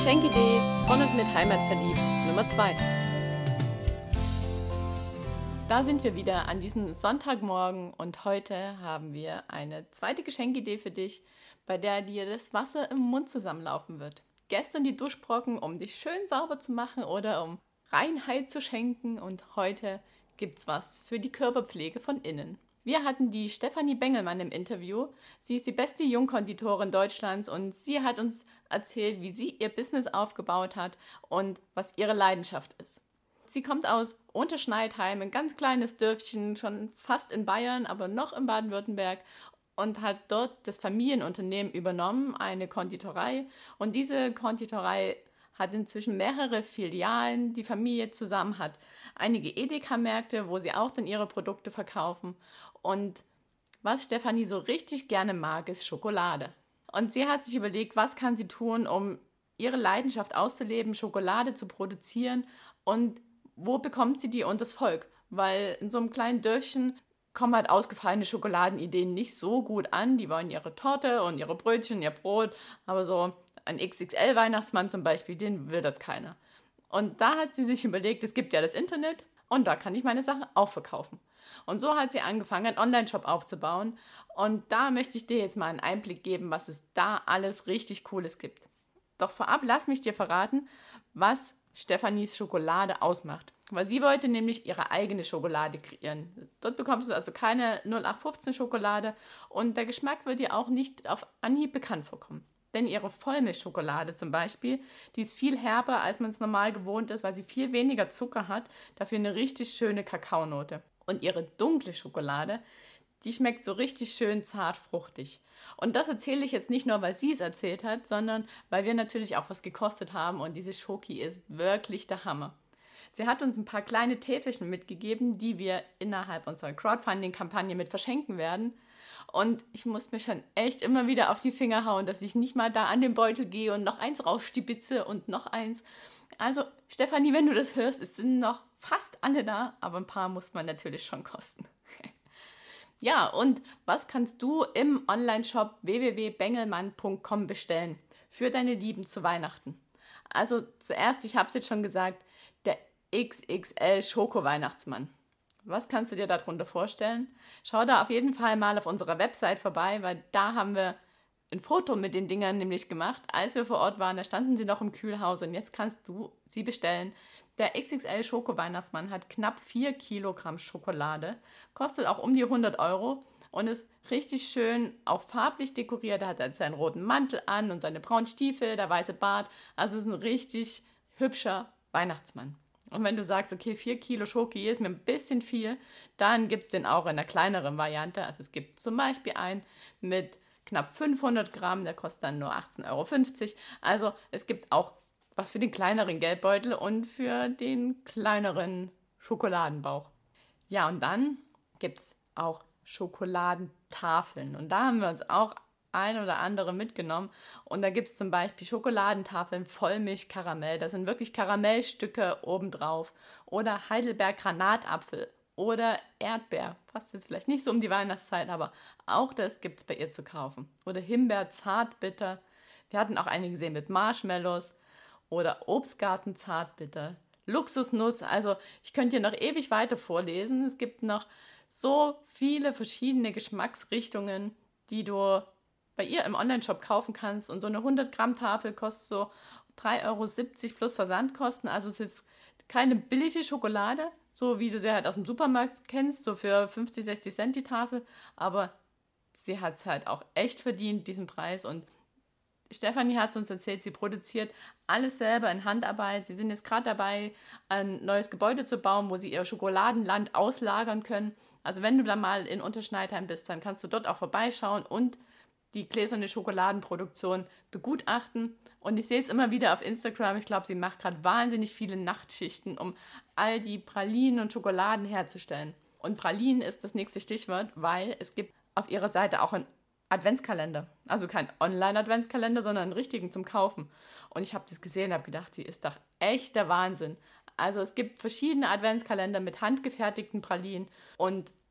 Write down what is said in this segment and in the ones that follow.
Geschenkidee von und mit Heimatverliebt Nummer 2. Da sind wir wieder an diesem Sonntagmorgen und heute haben wir eine zweite Geschenkidee für dich, bei der dir das Wasser im Mund zusammenlaufen wird. Gestern die Duschbrocken, um dich schön sauber zu machen oder um Reinheit zu schenken, und heute gibt's was für die Körperpflege von innen. Wir hatten die Stefanie Bengelmann im Interview. Sie ist die beste Jungkonditorin Deutschlands und sie hat uns erzählt, wie sie ihr Business aufgebaut hat und was ihre Leidenschaft ist. Sie kommt aus Unterschneidheim, ein ganz kleines Dörfchen, schon fast in Bayern, aber noch in Baden-Württemberg, und hat dort das Familienunternehmen übernommen, eine Konditorei. Und diese Konditorei hat inzwischen mehrere Filialen. Die Familie zusammen hat einige Edeka-Märkte, wo sie auch dann ihre Produkte verkaufen. Und was Stefanie so richtig gerne mag, ist Schokolade. Und sie hat sich überlegt, was kann sie tun, um ihre Leidenschaft auszuleben, Schokolade zu produzieren, und wo bekommt sie die unters Volk? Weil in so einem kleinen Dörfchen kommen halt ausgefallene Schokoladenideen nicht so gut an. Die wollen ihre Torte und ihre Brötchen, ihr Brot, aber so ein XXL-Weihnachtsmann zum Beispiel, den will das keiner. Und da hat sie sich überlegt, es gibt ja das Internet und da kann ich meine Sachen auch verkaufen. Und so hat sie angefangen, einen Online-Shop aufzubauen. Und da möchte ich dir jetzt mal einen Einblick geben, was es da alles richtig Cooles gibt. Doch vorab lass mich dir verraten, was Stefanies Schokolade ausmacht. Weil sie wollte nämlich ihre eigene Schokolade kreieren. Dort bekommst du also keine 0815 Schokolade und der Geschmack wird dir auch nicht auf Anhieb bekannt vorkommen. Denn ihre Vollmilchschokolade zum Beispiel, die ist viel herber, als man es normal gewohnt ist, weil sie viel weniger Zucker hat, dafür eine richtig schöne Kakaonote. Und ihre dunkle Schokolade, die schmeckt so richtig schön zart fruchtig. Und das erzähle ich jetzt nicht nur, weil sie es erzählt hat, sondern weil wir natürlich auch was gekostet haben und diese Schoki ist wirklich der Hammer. Sie hat uns ein paar kleine Täfelchen mitgegeben, die wir innerhalb unserer Crowdfunding-Kampagne mit verschenken werden. Und ich muss mir schon echt immer wieder auf die Finger hauen, dass ich nicht mal da an den Beutel gehe und noch eins rausstibitze und noch eins. Also, Stefanie, wenn du das hörst, es sind noch fast alle da, aber ein paar muss man natürlich schon kosten. Ja, und was kannst du im Online-Shop www.bengelmann.com bestellen für deine Lieben zu Weihnachten? Also zuerst, ich habe es jetzt schon gesagt, der XXL Schoko-Weihnachtsmann. Was kannst du dir darunter vorstellen? Schau da auf jeden Fall mal auf unserer Website vorbei, weil da haben wir ein Foto mit den Dingern nämlich gemacht, als wir vor Ort waren. Da standen sie noch im Kühlhaus und jetzt kannst du sie bestellen. Der XXL Schoko-Weihnachtsmann hat knapp 4 Kilogramm Schokolade, kostet auch um die 100 Euro und ist richtig schön, auch farblich dekoriert. Er hat halt seinen roten Mantel an und seine braunen Stiefel, der weiße Bart. Also es ist ein richtig hübscher Weihnachtsmann. Und wenn du sagst, okay, 4 Kilo Schoki ist mir ein bisschen viel, dann gibt es den auch in einer kleineren Variante. Also es gibt zum Beispiel einen mit knapp 500 Gramm, der kostet dann nur 18,50 Euro. Also es gibt auch was für den kleineren Geldbeutel und für den kleineren Schokoladenbauch. Ja, und dann gibt es auch Schokoladentafeln. Und da haben wir uns auch ein oder andere mitgenommen. Und da gibt es zum Beispiel Schokoladentafeln Vollmilch-Karamell. Das sind wirklich Karamellstücke obendrauf. Oder Heidelberg-Granatapfel oder Erdbeer. Passt jetzt vielleicht nicht so um die Weihnachtszeit, aber auch das gibt es bei ihr zu kaufen. Oder Himbeer-Zartbitter. Wir hatten auch einige gesehen mit Marshmallows. Oder Obstgarten-Zartbitter. Luxusnuss. Also ich könnte hier noch ewig weiter vorlesen. Es gibt noch so viele verschiedene Geschmacksrichtungen, die du bei ihr im Onlineshop kaufen kannst. Und so eine 100-Gramm-Tafel kostet so 3,70 Euro plus Versandkosten. Also es ist keine billige Schokolade, so wie du sie halt aus dem Supermarkt kennst, so für 50, 60 Cent die Tafel. Aber sie hat es halt auch echt verdient, diesen Preis. Und Stefanie hat es uns erzählt, sie produziert alles selber in Handarbeit. Sie sind jetzt gerade dabei, ein neues Gebäude zu bauen, wo sie ihr Schokoladenland auslagern können. Also wenn du da mal in Unterschneidheim bist, dann kannst du dort auch vorbeischauen und die gläserne Schokoladenproduktion begutachten. Und ich sehe es immer wieder auf Instagram. Ich glaube, sie macht gerade wahnsinnig viele Nachtschichten, um all die Pralinen und Schokoladen herzustellen. Und Pralinen ist das nächste Stichwort, weil es gibt auf ihrer Seite auch einen Adventskalender. Also kein Online-Adventskalender, sondern einen richtigen zum Kaufen. Und ich habe das gesehen und habe gedacht, sie ist doch echt der Wahnsinn. Also es gibt verschiedene Adventskalender mit handgefertigten Pralinen und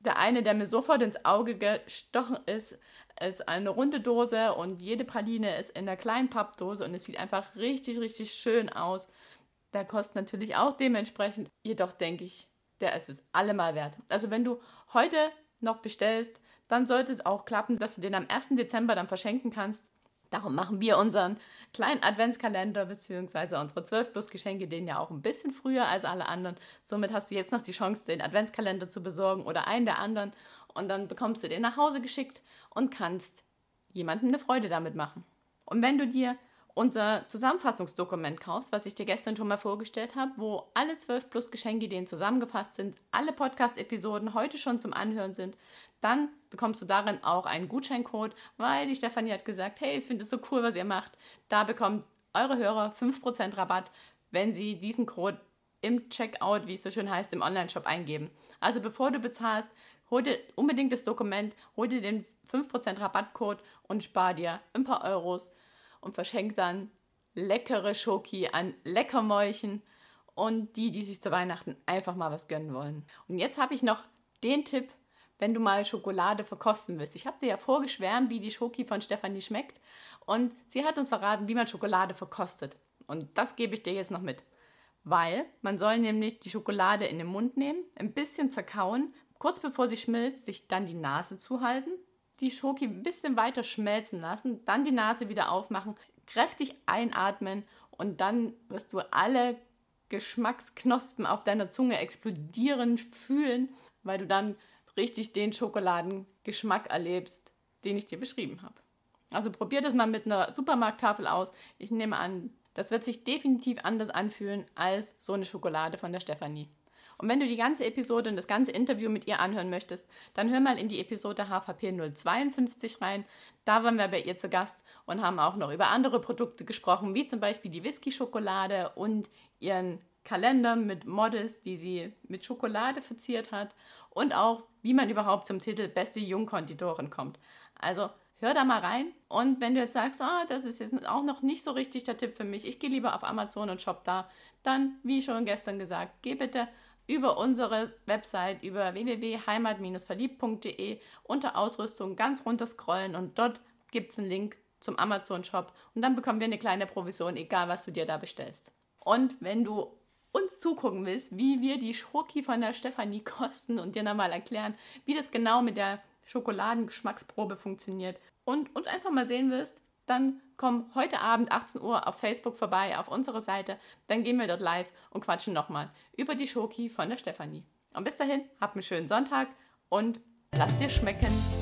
Der eine, der mir sofort ins Auge gestochen ist eine runde Dose und jede Praline ist in einer kleinen Pappdose und es sieht einfach richtig, richtig schön aus. Der kostet natürlich auch dementsprechend, jedoch denke ich, der ist es allemal wert. Also wenn du heute noch bestellst, dann sollte es auch klappen, dass du den am 1. Dezember dann verschenken kannst. Darum machen wir unseren kleinen Adventskalender bzw. unsere 12 plus Geschenke den ja auch ein bisschen früher als alle anderen. Somit hast du jetzt noch die Chance, den Adventskalender zu besorgen oder einen der anderen und dann bekommst du den nach Hause geschickt und kannst jemandem eine Freude damit machen. Und wenn du dir unser Zusammenfassungsdokument kaufst, was ich dir gestern schon mal vorgestellt habe, wo alle 12 plus Geschenkideen zusammengefasst sind, alle Podcast-Episoden heute schon zum Anhören sind, dann bekommst du darin auch einen Gutscheincode, weil die Stefanie hat gesagt, hey, ich finde es so cool, was ihr macht. Da bekommt eure Hörer 5% Rabatt, wenn sie diesen Code im Checkout, wie es so schön heißt, im Online-Shop eingeben. Also bevor du bezahlst, hol dir unbedingt das Dokument, hol dir den 5% Rabattcode und spar dir ein paar Euros und verschenkt dann leckere Schoki an Leckermäulchen und die sich zu Weihnachten einfach mal was gönnen wollen. Und jetzt habe ich noch den Tipp, wenn du mal Schokolade verkosten willst. Ich habe dir ja vorgeschwärmt, wie die Schoki von Stefanie schmeckt und sie hat uns verraten, wie man Schokolade verkostet. Und das gebe ich dir jetzt noch mit. Weil man soll nämlich die Schokolade in den Mund nehmen, ein bisschen zerkauen, kurz bevor sie schmilzt, sich dann die Nase zuhalten, die Schoki ein bisschen weiter schmelzen lassen, dann die Nase wieder aufmachen, kräftig einatmen und dann wirst du alle Geschmacksknospen auf deiner Zunge explodieren fühlen, weil du dann richtig den Schokoladengeschmack erlebst, den ich dir beschrieben habe. Also probier das mal mit einer Supermarkttafel aus. Ich nehme an, das wird sich definitiv anders anfühlen als so eine Schokolade von der Stefanie. Und wenn du die ganze Episode und das ganze Interview mit ihr anhören möchtest, dann hör mal in die Episode HVP 052 rein. Da waren wir bei ihr zu Gast und haben auch noch über andere Produkte gesprochen, wie zum Beispiel die Whisky-Schokolade und ihren Kalender mit Models, die sie mit Schokolade verziert hat und auch, wie man überhaupt zum Titel Beste Jungkonditorin kommt. Also hör da mal rein und wenn du jetzt sagst, das ist jetzt auch noch nicht so richtig der Tipp für mich, ich gehe lieber auf Amazon und shop da, dann, wie schon gestern gesagt, geh bitte über unsere Website, über www.heimat-verliebt.de unter Ausrüstung ganz runter scrollen und dort gibt es einen Link zum Amazon-Shop und dann bekommen wir eine kleine Provision, egal was du dir da bestellst. Und wenn du uns zugucken willst, wie wir die Schoki von der Stefanie kosten und dir nochmal erklären, wie das genau mit der Schokoladengeschmacksprobe funktioniert und uns einfach mal sehen willst, dann komm heute Abend 18 Uhr auf Facebook vorbei, auf unsere Seite, dann gehen wir dort live und quatschen nochmal über die Schoki von der Stefanie. Und bis dahin, hab einen schönen Sonntag und lass dir schmecken.